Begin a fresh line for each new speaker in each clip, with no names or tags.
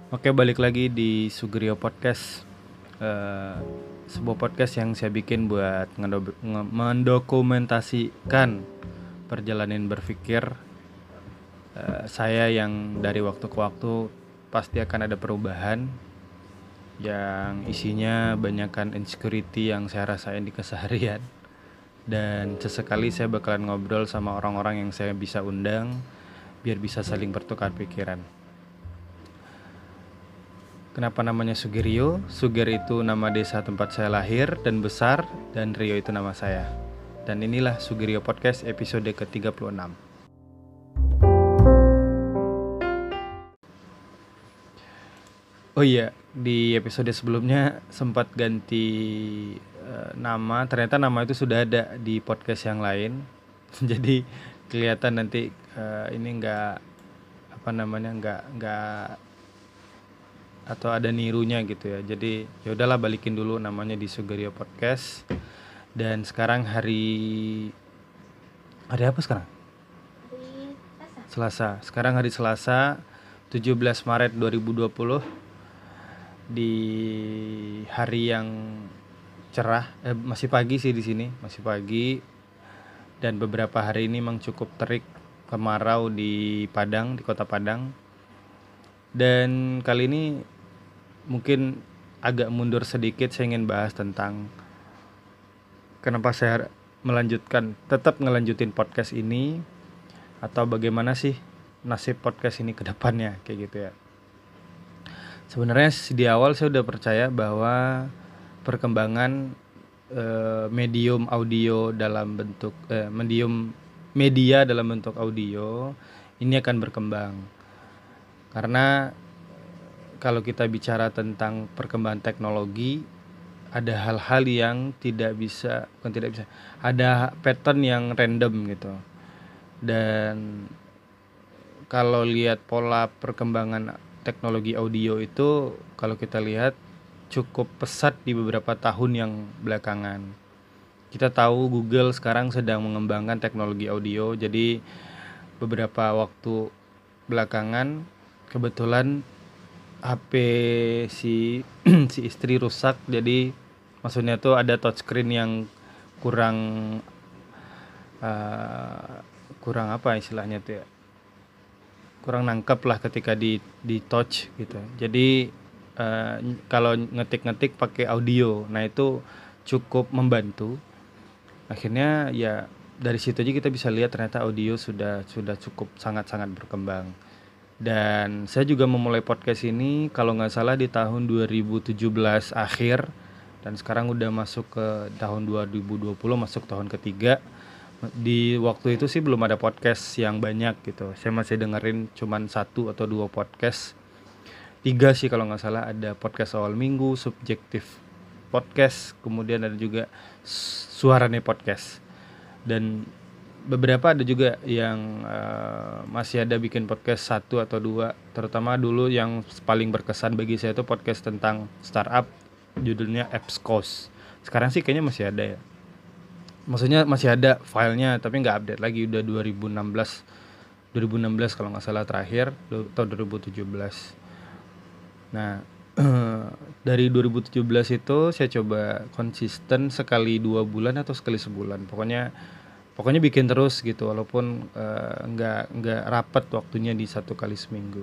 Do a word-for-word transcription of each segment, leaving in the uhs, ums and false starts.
Oke, balik lagi di Sugrio Podcast. Eh, Sebuah podcast yang saya bikin buat ngedo- nge- mendokumentasikan perjalanan berpikir eh, saya yang dari waktu ke waktu pasti akan ada perubahan yang isinya banyakkan insecurity yang saya rasain di keseharian. Dan sesekali saya bakalan ngobrol sama orang-orang yang saya bisa undang biar bisa saling bertukar pikiran. Kenapa namanya Sugirio? Sugir itu nama desa tempat saya lahir dan besar, dan Rio itu nama saya. Dan inilah Sugirio Podcast episode ke tiga puluh enam. Oh iya, di episode sebelumnya sempat ganti eh, nama. Ternyata nama itu sudah ada di podcast yang lain. Jadi kelihatan nanti eh, ini nggak apa namanya nggak nggak atau ada nirunya gitu ya. Jadi ya udahlah, balikin dulu namanya di Sugirio Podcast. Dan sekarang hari hari apa sekarang?
Hari Selasa.
Selasa. Sekarang hari Selasa, tujuh belas Maret dua ribu dua puluh, di hari yang cerah. Eh, masih pagi sih di sini, masih pagi. Dan beberapa hari ini memang cukup terik, kemarau di Padang, di kota Padang. Dan kali ini mungkin agak mundur sedikit, saya ingin bahas tentang kenapa saya melanjutkan, tetap ngelanjutin podcast ini, atau bagaimana sih nasib podcast ini ke depannya, kayak gitu ya. Sebenarnya di awal saya udah percaya bahwa perkembangan eh, medium audio dalam bentuk eh, medium media dalam bentuk audio ini akan berkembang. Karena kalau kita bicara tentang perkembangan teknologi, ada hal-hal yang tidak bisa, bukan tidak bisa, ada pattern yang random gitu. Dan kalau lihat pola perkembangan teknologi audio itu, kalau kita lihat cukup pesat di beberapa tahun yang belakangan. Kita tahu Google sekarang sedang mengembangkan teknologi audio. Jadi beberapa waktu belakangan kebetulan H P si si istri rusak. Jadi maksudnya tuh ada touchscreen yang kurang uh, kurang apa istilahnya tuh ya, kurang nangkep lah ketika di di touch gitu. Jadi uh, kalau ngetik-ngetik pakai audio, nah itu cukup membantu. Akhirnya ya dari situ aja kita bisa lihat ternyata audio sudah sudah cukup sangat-sangat berkembang. Dan saya juga memulai podcast ini kalau nggak salah di tahun dua ribu tujuh belas akhir, dan sekarang udah masuk ke tahun dua ribu dua puluh, masuk tahun ketiga. Di waktu itu sih belum ada podcast yang banyak gitu. Saya masih dengerin cuman satu atau dua podcast. Tiga sih kalau nggak salah, ada podcast awal minggu, subjektif podcast, kemudian ada juga suarane podcast. Dan beberapa ada juga yang uh, masih ada bikin podcast satu atau dua. Terutama dulu yang paling berkesan bagi saya itu podcast tentang startup, judulnya Apps Coast. Sekarang sih kayaknya masih ada ya, maksudnya masih ada filenya, tapi nggak update lagi. Udah dua ribu enam belas dua ribu enam belas kalau nggak salah terakhir, atau dua ribu tujuh belas. Nah dari dua ribu tujuh belas itu saya coba konsisten sekali dua bulan atau sekali sebulan, pokoknya pokoknya bikin terus gitu, walaupun uh, nggak nggak rapat waktunya di satu kali seminggu.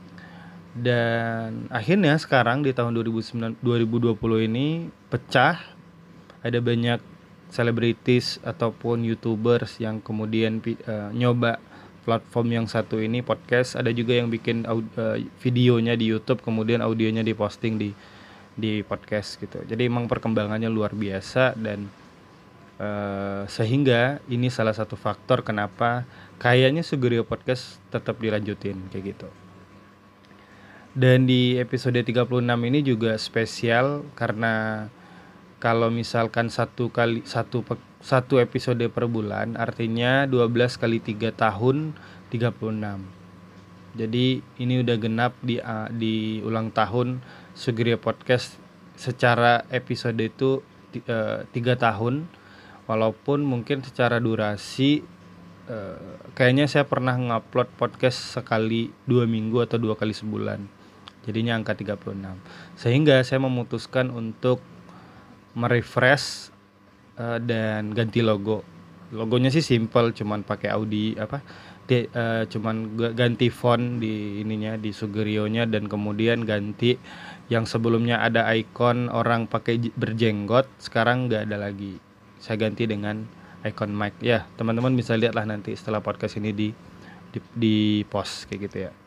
Dan akhirnya sekarang di tahun dua ribu sembilan dua ribu dua puluh ini pecah, ada banyak selebritis ataupun youtubers yang kemudian uh, nyoba platform yang satu ini, podcast. Ada juga yang bikin uh, videonya di YouTube, kemudian audionya diposting di di podcast gitu. Jadi emang perkembangannya luar biasa, dan Uh, sehingga ini salah satu faktor kenapa kayaknya Sugirio Podcast tetap dilanjutin kayak gitu. Dan di episode tiga puluh enam ini juga spesial karena kalau misalkan satu kali satu satu episode per bulan, artinya dua belas kali tiga tahun tiga puluh enam. Jadi ini udah genap di uh, di ulang tahun Sugirio Podcast secara episode itu uh, tiga tahun. Walaupun mungkin secara durasi uh, kayaknya saya pernah ngupload podcast sekali dua minggu atau dua kali sebulan. jadinya angka tiga puluh enam. Sehingga saya memutuskan untuk merefresh uh, dan ganti logo. Logonya sih simple, cuman pakai Audi apa di, uh, cuman ganti font di ininya, di Sugerionya, dan kemudian ganti yang sebelumnya ada ikon orang pakai berjenggot, sekarang nggak ada lagi. Saya ganti dengan ikon mic. Ya, teman-teman bisa lihat lah nanti setelah podcast ini di di, di post kayak gitu ya.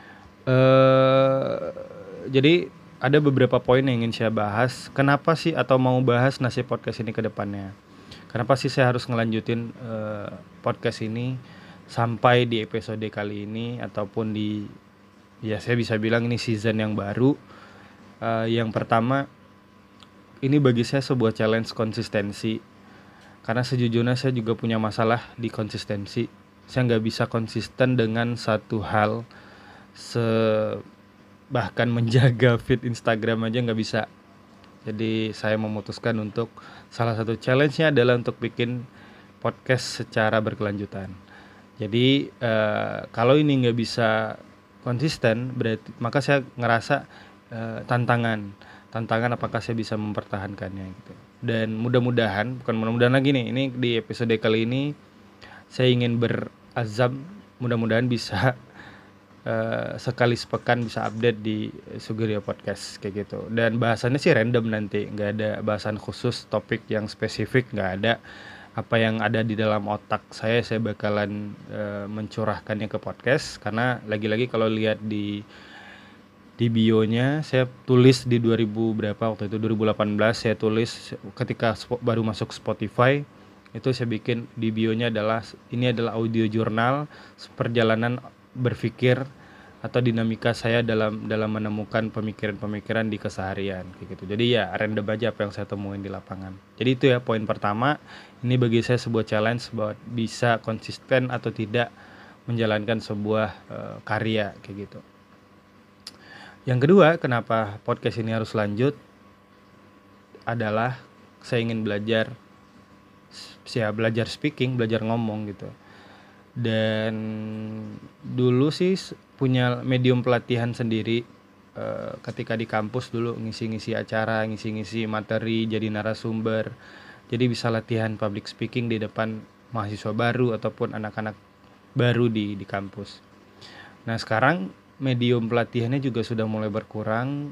Uh, jadi ada beberapa poin yang ingin saya bahas. Kenapa sih atau mau bahas nasib podcast ini ke depannya? Kenapa sih saya harus ngelanjutin uh, podcast ini sampai di episode kali ini ataupun di, ya saya bisa bilang ini season yang baru. Uh, yang pertama, ini bagi saya sebuah challenge konsistensi. Karena sejujurnya saya juga punya masalah di konsistensi. Saya nggak bisa konsisten dengan satu hal. Se bahkan menjaga feed Instagram aja nggak bisa. Jadi saya memutuskan untuk salah satu challenge-nya adalah untuk bikin podcast secara berkelanjutan. Jadi uh, kalau ini nggak bisa konsisten, berarti maka saya ngerasa uh, tantangan, tantangan apakah saya bisa mempertahankannya gitu. Dan mudah-mudahan, bukan mudah-mudahan lagi nih, ini di episode kali ini saya ingin berazam, mudah-mudahan bisa Uh, sekali sepekan bisa update di Sugerio Podcast kayak gitu. Dan bahasannya sih random nanti, nggak ada bahasan khusus, topik yang spesifik nggak ada. Apa yang ada di dalam otak saya, saya bakalan uh, mencurahkannya ke podcast. Karena lagi-lagi kalau lihat di di bio-nya, saya tulis di dua ribu berapa waktu itu, dua ribu delapan belas saya tulis ketika sp- baru masuk Spotify. Itu saya bikin di bio-nya adalah ini adalah audio jurnal perjalanan berpikir atau dinamika saya dalam dalam menemukan pemikiran-pemikiran di keseharian kayak gitu. Jadi ya random aja apa yang saya temuin di lapangan. Jadi itu ya poin pertama, ini bagi saya sebuah challenge bahwa bisa konsisten atau tidak menjalankan sebuah uh, karya kayak gitu. Yang kedua, kenapa podcast ini harus lanjut adalah saya ingin belajar saya belajar speaking, belajar ngomong gitu. Dan dulu sih punya medium pelatihan sendiri uh, ketika di kampus dulu ngisi-ngisi acara, ngisi-ngisi materi, jadi narasumber. Jadi bisa latihan public speaking di depan mahasiswa baru ataupun anak-anak baru di di kampus. Nah, sekarang medium pelatihannya juga sudah mulai berkurang,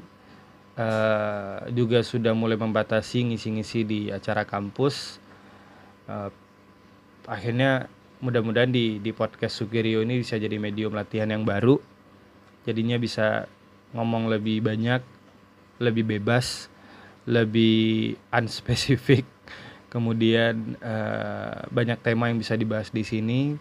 uh, juga sudah mulai membatasi ngisi-ngisi di acara kampus. Uh, akhirnya mudah-mudahan di di podcast Sugerio ini bisa jadi medium latihan yang baru. Jadinya bisa ngomong lebih banyak, lebih bebas, lebih unspecific. Kemudian uh, banyak tema yang bisa dibahas di sini.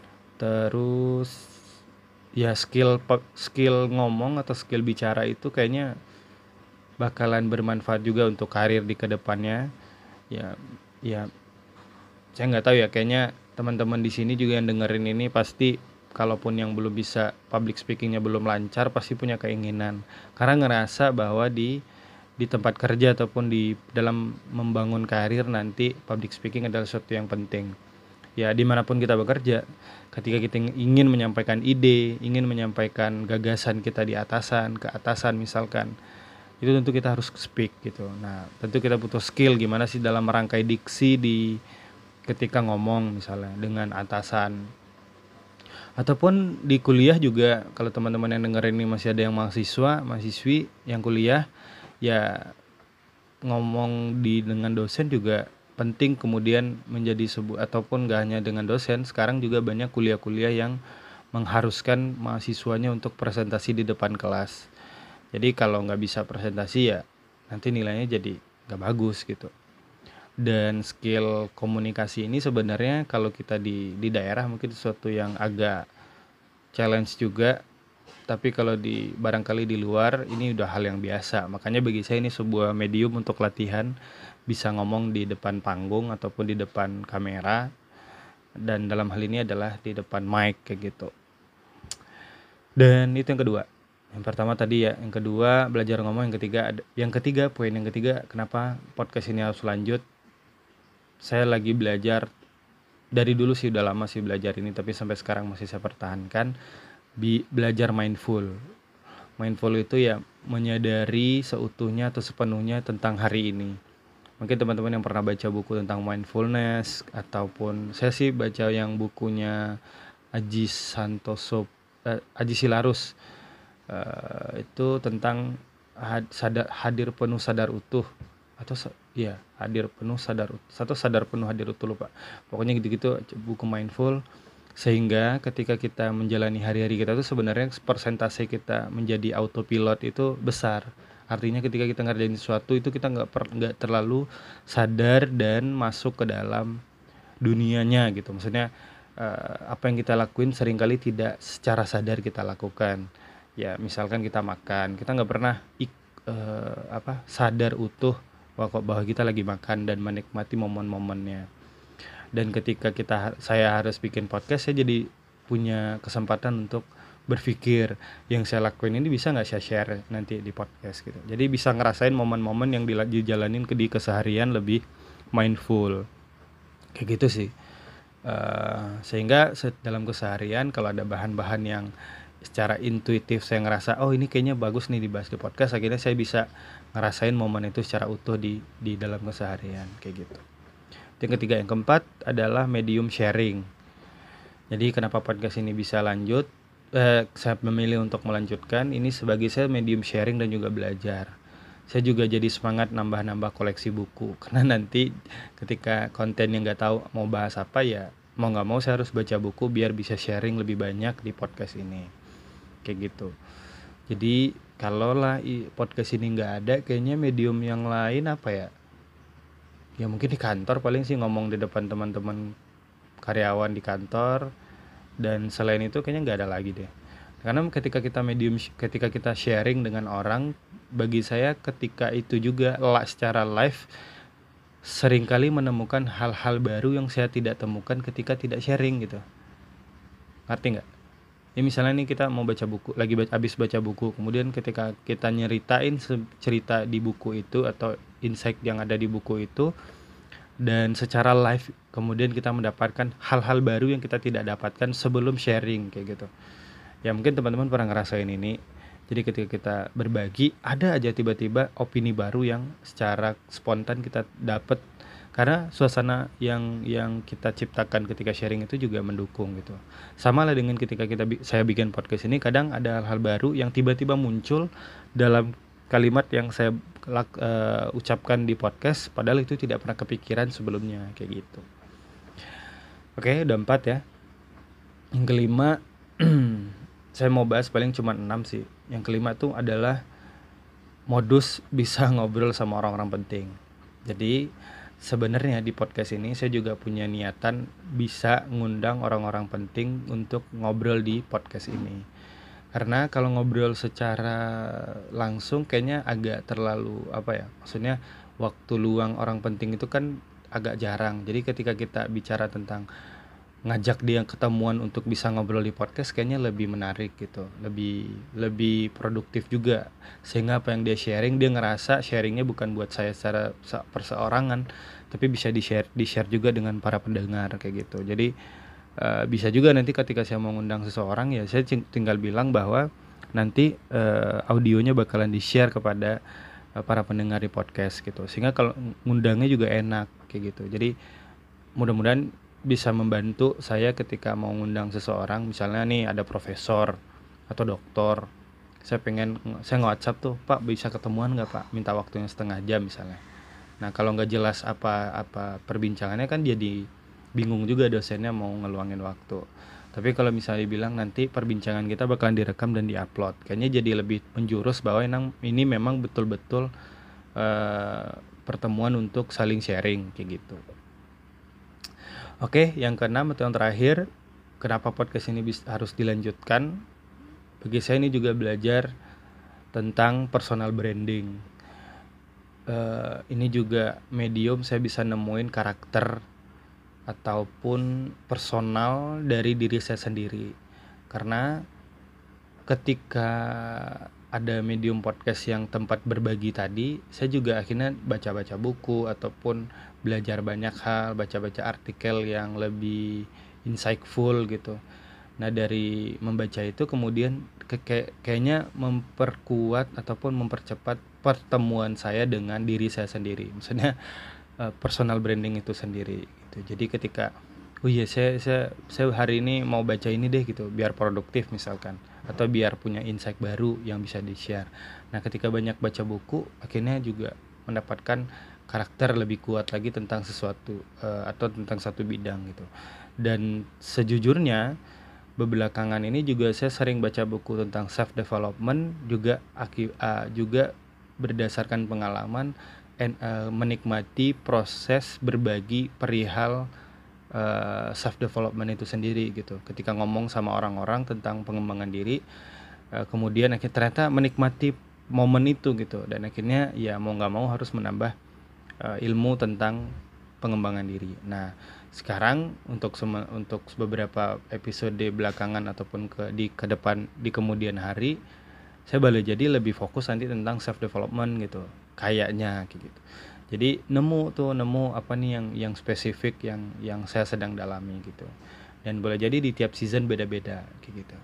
Terus ya skill skill ngomong atau skill bicara itu kayaknya bakalan bermanfaat juga untuk karir di kedepannya. Ya ya saya nggak tahu ya, kayaknya teman-teman di sini juga yang dengerin ini pasti kalaupun yang belum bisa public speakingnya belum lancar pasti punya keinginan karena ngerasa bahwa di di tempat kerja ataupun di dalam membangun karir nanti public speaking adalah sesuatu yang penting. Ya dimanapun kita bekerja, ketika kita ingin menyampaikan ide, ingin menyampaikan gagasan kita di atasan, ke atasan misalkan, itu tentu kita harus speak gitu. Nah tentu kita butuh skill gimana sih dalam merangkai diksi di ketika ngomong misalnya dengan atasan. Ataupun di kuliah juga, kalau teman-teman yang dengerin ini masih ada yang mahasiswa, mahasiswi yang kuliah, ya ngomong di dengan dosen juga penting kemudian menjadi sebuah, ataupun gak hanya dengan dosen, sekarang juga banyak kuliah-kuliah yang mengharuskan mahasiswanya untuk presentasi di depan kelas. Jadi kalau nggak bisa presentasi ya nanti nilainya jadi nggak bagus gitu. Dan skill komunikasi ini sebenarnya kalau kita di di daerah mungkin sesuatu yang agak challenge juga, tapi kalau di barangkali di luar ini udah hal yang biasa. Makanya bagi saya ini sebuah medium untuk latihan bisa ngomong di depan panggung ataupun di depan kamera, dan dalam hal ini adalah di depan mic kayak gitu. Dan itu yang kedua. Yang pertama tadi ya, yang kedua belajar ngomong, yang ketiga yang ketiga poin yang ketiga kenapa podcast ini harus lanjut. Saya lagi belajar, dari dulu sih udah lama sih belajar ini, tapi sampai sekarang masih saya pertahankan, bi- belajar mindful. Mindful itu ya menyadari seutuhnya atau sepenuhnya tentang hari ini. Mungkin teman-teman yang pernah baca buku tentang mindfulness, ataupun saya sih baca yang bukunya Aji Santoso, eh, Aji Silarus, eh, itu tentang had- sadar, hadir penuh sadar utuh, atau sa- ya hadir penuh sadar utuh, atau sadar penuh hadir utuh, lupa. Pokoknya gitu-gitu buku mindful. Sehingga ketika kita menjalani hari-hari kita tuh sebenarnya persentase kita menjadi autopilot itu besar. Artinya ketika kita ngerjain sesuatu itu kita nggak per- nggak terlalu sadar dan masuk ke dalam dunianya gitu. Maksudnya eh, apa yang kita lakuin seringkali tidak secara sadar kita lakukan. Ya misalkan kita makan, kita nggak pernah ik, eh, apa sadar utuh bahwa bahwa kita lagi makan dan menikmati momen-momennya. Dan ketika kita saya harus bikin podcast, saya jadi punya kesempatan untuk berpikir yang saya lakuin ini bisa nggak saya share nanti di podcast gitu. Jadi bisa ngerasain momen-momen yang dila- dijalanin ke di keseharian lebih mindful kayak gitu sih. Eh, sehingga se- dalam keseharian kalau ada bahan-bahan yang secara intuitif saya ngerasa oh ini kayaknya bagus nih dibahas di podcast, akhirnya saya bisa ngerasain momen itu secara utuh di di dalam keseharian kayak gitu. Yang ketiga, yang keempat adalah medium sharing. Jadi kenapa podcast ini bisa lanjut? Eh, saya memilih untuk melanjutkan ini sebagai saya medium sharing dan juga belajar. Saya juga jadi semangat nambah-nambah koleksi buku karena nanti ketika konten yang nggak tahu mau bahas apa ya mau nggak mau saya harus baca buku biar bisa sharing lebih banyak di podcast ini. Kayak gitu. Jadi kalau lah podcast ini nggak ada, kayaknya medium yang lain apa ya? Ya mungkin di kantor paling sih ngomong di depan teman-teman karyawan di kantor, dan selain itu kayaknya nggak ada lagi deh. Karena ketika kita medium ketika kita sharing dengan orang, bagi saya ketika itu juga la- secara live seringkali menemukan hal-hal baru yang saya tidak temukan ketika tidak sharing gitu. Ngerti nggak? Ya misalnya nih kita mau baca buku, lagi baca, habis baca buku, kemudian ketika kita nyeritain se- cerita di buku itu atau insight yang ada di buku itu, dan secara live kemudian kita mendapatkan hal-hal baru yang kita tidak dapatkan sebelum sharing kayak gitu. Ya mungkin teman-teman pernah ngerasain ini. Jadi ketika kita berbagi ada aja tiba-tiba opini baru yang secara spontan kita dapat karena suasana yang yang kita ciptakan ketika sharing itu juga mendukung gitu. Sama lah dengan ketika kita bi- saya bikin podcast ini, kadang ada hal-hal baru yang tiba-tiba muncul dalam kalimat yang saya lak- eh, ucapkan di podcast padahal itu tidak pernah kepikiran sebelumnya kayak gitu. Oke, udah empat ya. Yang kelima saya mau bahas paling cuma enam sih. Yang kelima tuh adalah modus bisa ngobrol sama orang-orang penting. Jadi sebenarnya di podcast ini saya juga punya niatan bisa ngundang orang-orang penting untuk ngobrol di podcast ini. Karena kalau ngobrol secara langsung kayaknya agak terlalu apa ya? Maksudnya waktu luang orang penting itu kan agak jarang. Jadi ketika kita bicara tentang ngajak dia ketemuan untuk bisa ngobrol di podcast kayaknya lebih menarik gitu, lebih lebih produktif juga, sehingga apa yang dia sharing dia ngerasa sharingnya bukan buat saya secara se- perseorangan tapi bisa di share di share juga dengan para pendengar kayak gitu. Jadi eh, bisa juga nanti ketika saya mau ngundang seseorang ya saya cing- tinggal bilang bahwa nanti eh, audionya bakalan di share kepada eh, para pendengar di podcast gitu, sehingga kalau ngundangnya juga enak kayak gitu. Jadi mudah-mudahan bisa membantu saya ketika mau ngundang seseorang, misalnya nih ada profesor atau doktor, saya pengen saya nge-WhatsApp tuh, Pak bisa ketemuan nggak Pak, minta waktunya setengah jam misalnya. Nah kalau nggak jelas apa apa perbincangannya kan jadi bingung juga dosennya mau ngeluangin waktu. Tapi kalau misalnya bilang nanti perbincangan kita bakalan direkam dan diupload, kayaknya jadi lebih menjurus bahwa enang- ini memang betul-betul eh, pertemuan untuk saling sharing kayak gitu. Oke, yang keenam atau yang terakhir, kenapa podcast ini bis- harus dilanjutkan? Bagi saya ini juga belajar tentang personal branding. Eh, ini juga medium saya bisa nemuin karakter ataupun personal dari diri saya sendiri. Karena ketika ada medium podcast yang tempat berbagi tadi, saya juga akhirnya baca-baca buku ataupun belajar banyak hal, baca-baca artikel yang lebih insightful gitu. Nah dari membaca itu kemudian ke- kayak- kayaknya memperkuat ataupun mempercepat pertemuan saya dengan diri saya sendiri. Maksudnya eh, personal branding itu sendiri gitu. Jadi ketika oh iya saya saya saya hari ini mau baca ini deh gitu biar produktif misalkan atau biar punya insight baru yang bisa di-share. Nah, ketika banyak baca buku akhirnya juga mendapatkan karakter lebih kuat lagi tentang sesuatu eh, atau tentang satu bidang gitu. Dan sejujurnya belakangan ini juga saya sering baca buku tentang self development juga aki- ah, juga berdasarkan pengalaman and, eh, menikmati proses berbagi perihal uh, self development itu sendiri gitu. Ketika ngomong sama orang-orang tentang pengembangan diri, uh, kemudian akhirnya ternyata menikmati momen itu gitu dan akhirnya ya mau nggak mau harus menambah uh, ilmu tentang pengembangan diri. Nah, sekarang untuk sema- untuk beberapa episode belakangan ataupun ke di ke depan di kemudian hari saya boleh jadi lebih fokus nanti tentang self development gitu. Kayaknya kayak gitu. Jadi nemu tuh nemu apa nih yang yang spesifik yang yang saya sedang dalami gitu. Dan boleh jadi di tiap season beda-beda kayak gitu.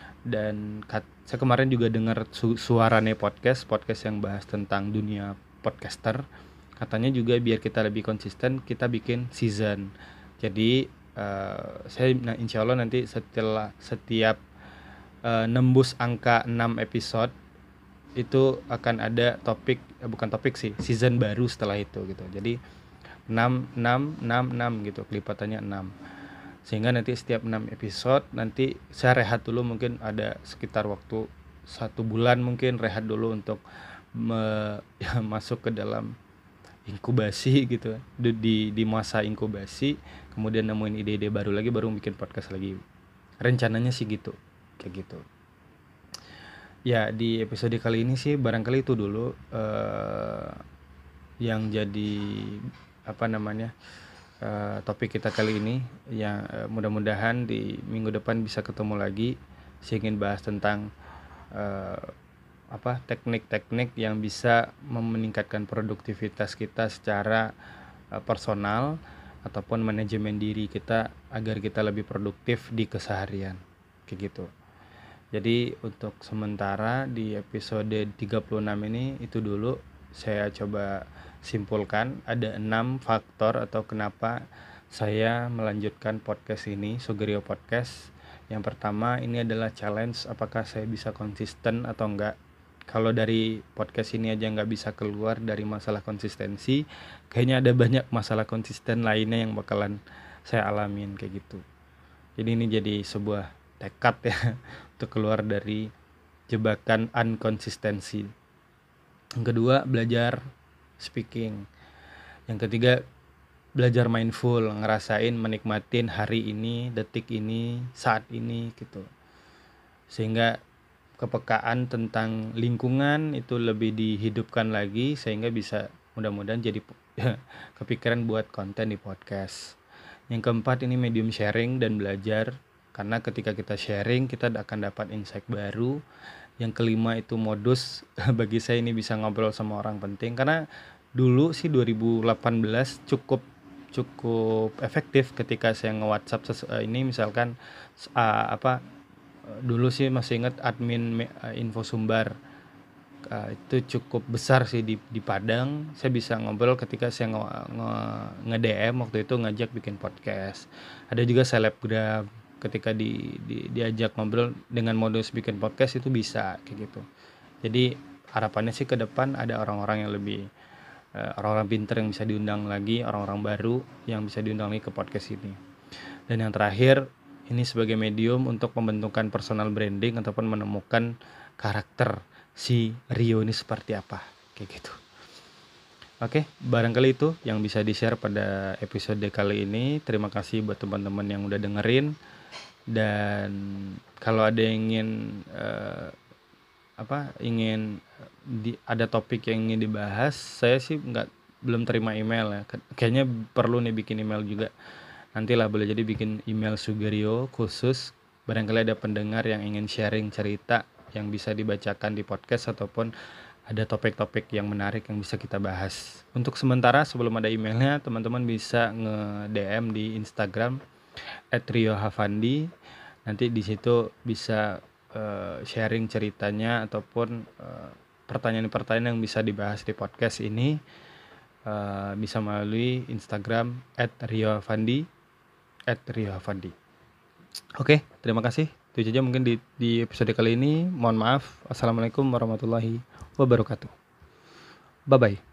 Dan kat, saya kemarin juga dengar su, suarane podcast podcast yang bahas tentang dunia podcaster. Katanya juga biar kita lebih konsisten kita bikin season. Jadi uh, saya nah, insya Allah nanti setelah setiap uh, nembus angka enam episode itu akan ada topik eh, bukan topik sih season baru setelah itu gitu. Jadi enam enam enam enam gitu kelipatannya enam. Sehingga nanti setiap enam episode nanti saya rehat dulu mungkin ada sekitar waktu satu bulan mungkin rehat dulu untuk me, ya, masuk ke dalam inkubasi gitu di, di di masa inkubasi kemudian nemuin ide-ide baru lagi baru bikin podcast lagi. Rencananya sih gitu kayak gitu. Ya di episode kali ini sih barangkali itu dulu uh, yang jadi apa namanya uh, topik kita kali ini yang uh, mudah-mudahan di minggu depan bisa ketemu lagi. Saya ingin bahas tentang uh, apa teknik-teknik yang bisa meningkatkan produktivitas kita secara uh, personal ataupun manajemen diri kita agar kita lebih produktif di keseharian kayak gitu. Jadi untuk sementara di episode tiga puluh enam ini itu dulu saya coba simpulkan ada enam faktor atau kenapa saya melanjutkan podcast ini Sugerio Podcast. Yang pertama ini adalah challenge apakah saya bisa konsisten atau enggak. Kalau dari podcast ini aja nggak bisa keluar dari masalah konsistensi, kayaknya ada banyak masalah konsisten lainnya yang bakalan saya alamin kayak gitu. Jadi ini jadi sebuah tekad ya untuk keluar dari jebakan unkonsistensi. Yang kedua, belajar speaking. Yang ketiga, belajar mindful, ngerasain menikmatin hari ini, detik ini, saat ini gitu. Sehingga kepekaan tentang lingkungan itu lebih dihidupkan lagi sehingga bisa mudah-mudahan jadi kepikiran buat konten di podcast. Yang keempat ini medium sharing dan belajar karena ketika kita sharing kita akan dapat insight baru. Yang kelima itu modus bagi saya ini bisa ngobrol sama orang penting karena dulu sih dua ribu delapan belas cukup cukup efektif ketika saya nge-WhatsApp ses- eh, ini misalkan uh, apa dulu sih masih ingat admin uh, info sumbar uh, itu cukup besar sih di di Padang. Saya bisa ngobrol ketika saya nge, nge, nge-D M waktu itu ngajak bikin podcast. Ada juga selebgram ketika di, di diajak ngobrol dengan modus bikin podcast itu bisa kayak gitu. Jadi harapannya sih ke depan ada orang-orang yang lebih uh, orang-orang pinter yang bisa diundang lagi, orang-orang baru yang bisa diundang lagi ke podcast ini. Dan yang terakhir ini sebagai medium untuk pembentukan personal branding ataupun menemukan karakter si Rio ini seperti apa kayak gitu. Oke, barangkali itu yang bisa di-share pada episode kali ini. Terima kasih buat teman-teman yang udah dengerin. Dan kalau ada yang ingin uh, apa ingin di, ada topik yang ingin dibahas, saya sih nggak belum terima email ya. Kayaknya perlu nih bikin email juga. Nantilah boleh jadi bikin email Sugerio khusus barangkali ada pendengar yang ingin sharing cerita yang bisa dibacakan di podcast ataupun ada topik-topik yang menarik yang bisa kita bahas. Untuk sementara sebelum ada emailnya teman-teman bisa nge-D M di Instagram at rio havandi Nanti di situ bisa uh, sharing ceritanya ataupun uh, pertanyaan-pertanyaan yang bisa dibahas di podcast ini, uh, bisa melalui Instagram at rioafandi at rioafandi. Oke, terima kasih. Itu saja mungkin di, di episode kali ini. Mohon maaf. Assalamualaikum warahmatullahi wabarakatuh. Bye-bye.